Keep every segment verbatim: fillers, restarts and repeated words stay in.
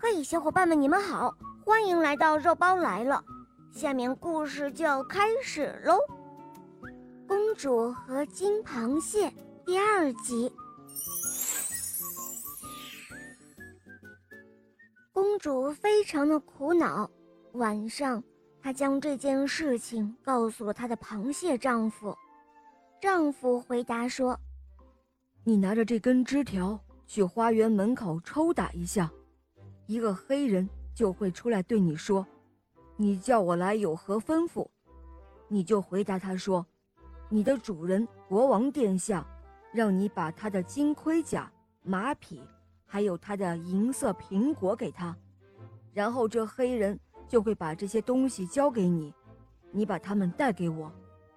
嘿，小伙伴们，你们好，欢迎来到肉包来了。下面故事就要开始喽。公主和金螃蟹第二集。公主非常的苦恼，晚上她将这件事情告诉了她的螃蟹丈夫。丈夫回答说： 你拿着这根枝条去花园门口抽打一下，一个黑人就会出来对你说，你叫我来有何吩咐？你就回答他说，你的主人国王殿下让你把他的金盔甲、马匹还有他的银色苹果给他，然后这黑人就会把这些东西交给你，你把他们带给我。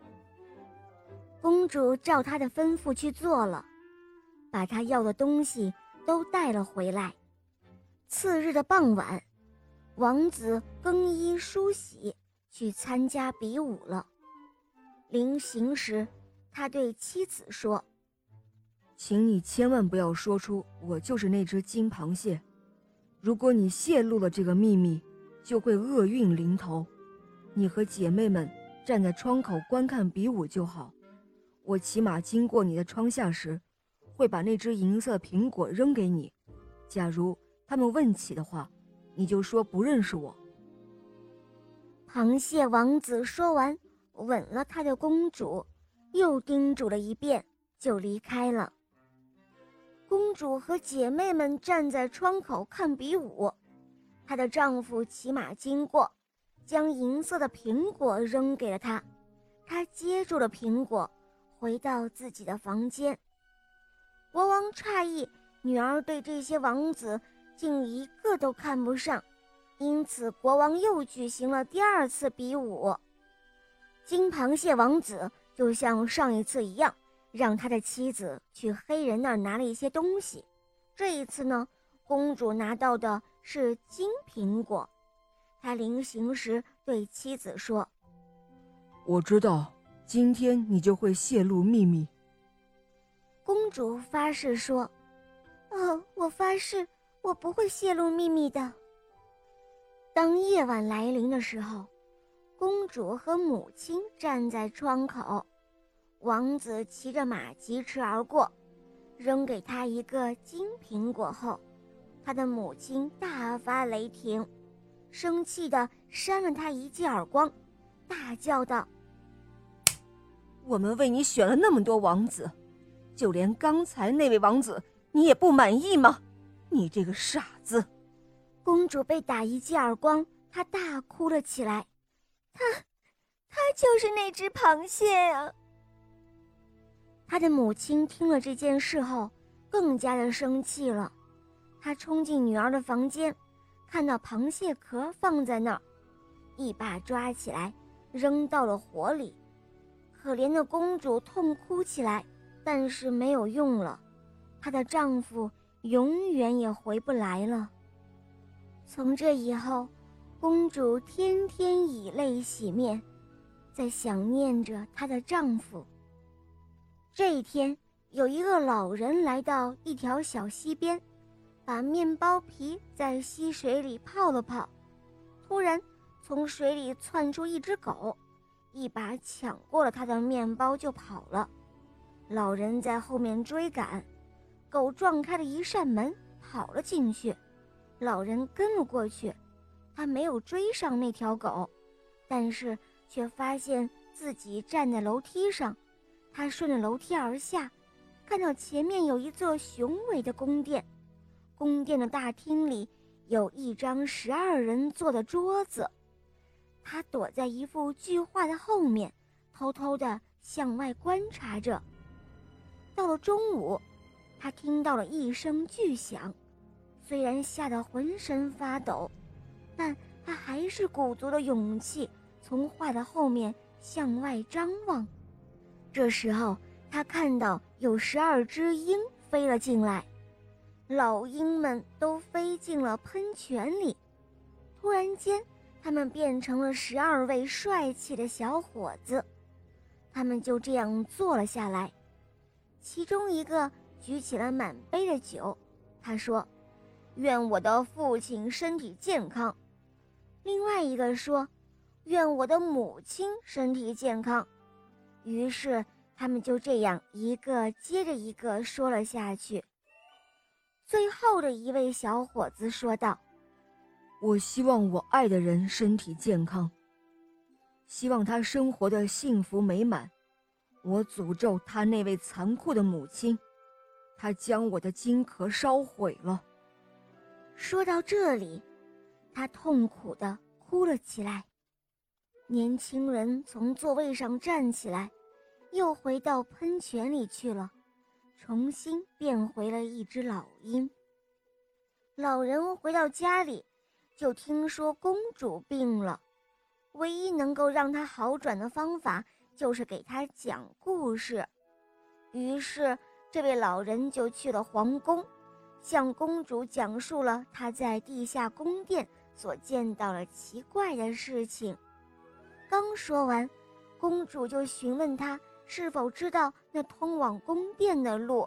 公主照他的吩咐去做了，把他要的东西都带了回来。次日的傍晚，王子更衣梳洗，去参加比武了。临行时，他对妻子说： 请你千万不要说出我就是那只金螃蟹，如果你泄露了这个秘密，就会厄运临头。你和姐妹们站在窗口观看比武就好，我骑马经过你的窗下时，会把那只银色苹果扔给你，假如他们问起的话，你就说不认识我。 螃蟹王子说完，吻了他的公主，又叮嘱了一遍，就离开了。公主和姐妹们站在窗口看比武，她的丈夫骑马经过，将银色的苹果扔给了她，她接住了苹果，回到自己的房间。国王诧异，女儿对这些王子竟一个都看不上，因此国王又举行了第二次比武。金螃蟹王子就像上一次一样，让他的妻子去黑人那儿拿了一些东西。这一次呢，公主拿到的是金苹果。她临行时对妻子说： 我知道今天你就会泄露秘密。 公主发誓说：哦，我发誓我不会泄露秘密的。当夜晚来临的时候，公主和母亲站在窗口，王子骑着马疾驰而过，扔给他一个金苹果后，他的母亲大发雷霆，生气地扇了他一记耳光，大叫道： 我们为你选了那么多王子，就连刚才那位王子你也不满意吗？你这个傻子！ 公主被打一记耳光，她大哭了起来。她，她就是那只螃蟹啊！她的母亲听了这件事后，更加的生气了。她冲进女儿的房间，看到螃蟹壳放在那儿，一把抓起来，扔到了火里。可怜的公主痛哭起来，但是没有用了，她的丈夫永远也回不来了。从这以后，公主天天以泪洗面，在想念着她的丈夫。这一天，有一个老人来到一条小溪边，把面包皮在溪水里泡了泡。突然，从水里窜出一只狗，一把抢过了他的面包就跑了。老人在后面追赶，狗撞开了一扇门，跑了进去。老人跟了过去，他没有追上那条狗，但是却发现自己站在楼梯上。他顺着楼梯而下，看到前面有一座雄伟的宫殿，宫殿的大厅里有一张十二人坐的桌子。他躲在一幅巨画的后面，偷偷地向外观察着。到了中午，他听到了一声巨响，虽然吓得浑身发抖，但他还是鼓足了勇气，从画的后面向外张望。这时候，他看到有十二只鹰飞了进来，老鹰们都飞进了喷泉里。突然间，他们变成了十二位帅气的小伙子，他们就这样坐了下来。其中一个举起了满杯的酒，他说： 愿我的父亲身体健康。另外一个说，愿我的母亲身体健康。于是他们就这样一个接着一个说了下去。最后的一位小伙子说道， 我希望我爱的人身体健康，希望他生活的幸福美满。我诅咒他那位残酷的母亲，他将我的金壳烧毁了。 说到这里，他痛苦地哭了起来。年轻人从座位上站起来，又回到喷泉里去了，重新变回了一只老鹰。老人回到家里，就听说公主病了，唯一能够让她好转的方法就是给她讲故事。于是这位老人就去了皇宫，向公主讲述了他在地下宫殿所见到了奇怪的事情。刚说完，公主就询问他是否知道那通往宫殿的路。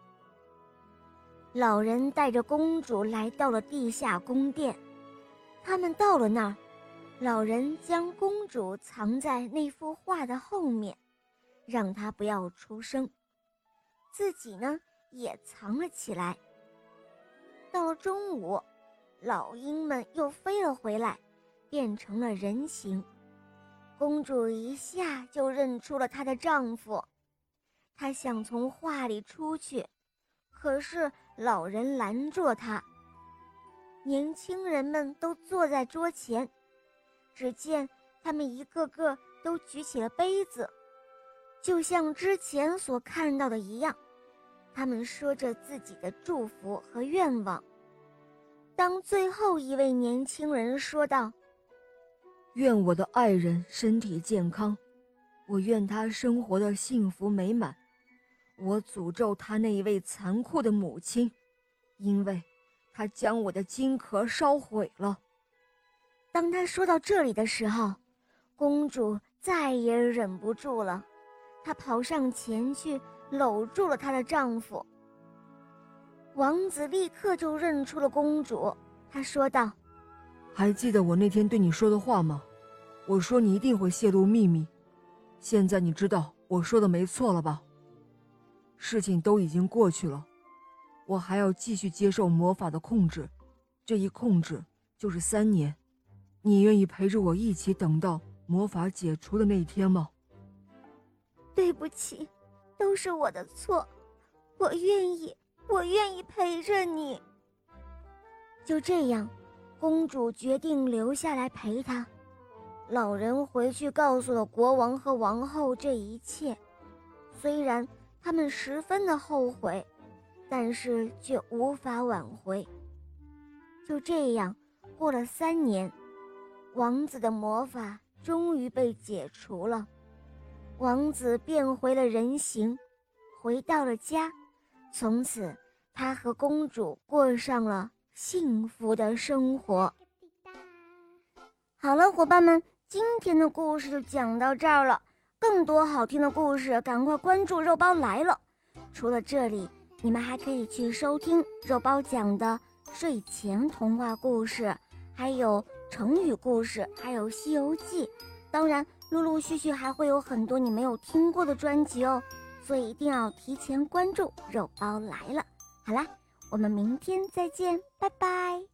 老人带着公主来到了地下宫殿。他们到了那儿，老人将公主藏在那幅画的后面，让她不要出声，自己呢也藏了起来。到了中午，老鹰们又飞了回来，变成了人形。公主一下就认出了她的丈夫，她想从画里出去，可是老人拦住了她。年轻人们都坐在桌前，只见他们一个个都举起了杯子，就像之前所看到的一样，他们说着自己的祝福和愿望。当最后一位年轻人说道， 愿我的爱人身体健康，我愿他生活的幸福美满。我诅咒他那一位残酷的母亲，因为他将我的金壳烧毁了。 当他说到这里的时候，公主再也忍不住了，她跑上前去搂住了她的丈夫。王子立刻就认出了公主，他说道， 还记得我那天对你说的话吗？我说你一定会泄露秘密，现在你知道我说的没错了吧？事情都已经过去了，我还要继续接受魔法的控制，这一控制就是三年。你愿意陪着我一起等到魔法解除的那一天吗？ 对不起，都是我的错，我愿意，我愿意陪着你。就这样，公主决定留下来陪她。老人回去告诉了国王和王后这一切，虽然他们十分的后悔，但是却无法挽回。就这样过了三年，王子的魔法终于被解除了，王子变回了人形，回到了家。从此他和公主过上了幸福的生活。好了，伙伴们，今天的故事就讲到这儿了。更多好听的故事，赶快关注肉包来了。除了这里，你们还可以去收听肉包讲的睡前童话故事，还有成语故事，还有西游记。当然陆陆续续还会有很多你没有听过的专辑哦，所以一定要提前关注肉包来了。好啦，我们明天再见，拜拜。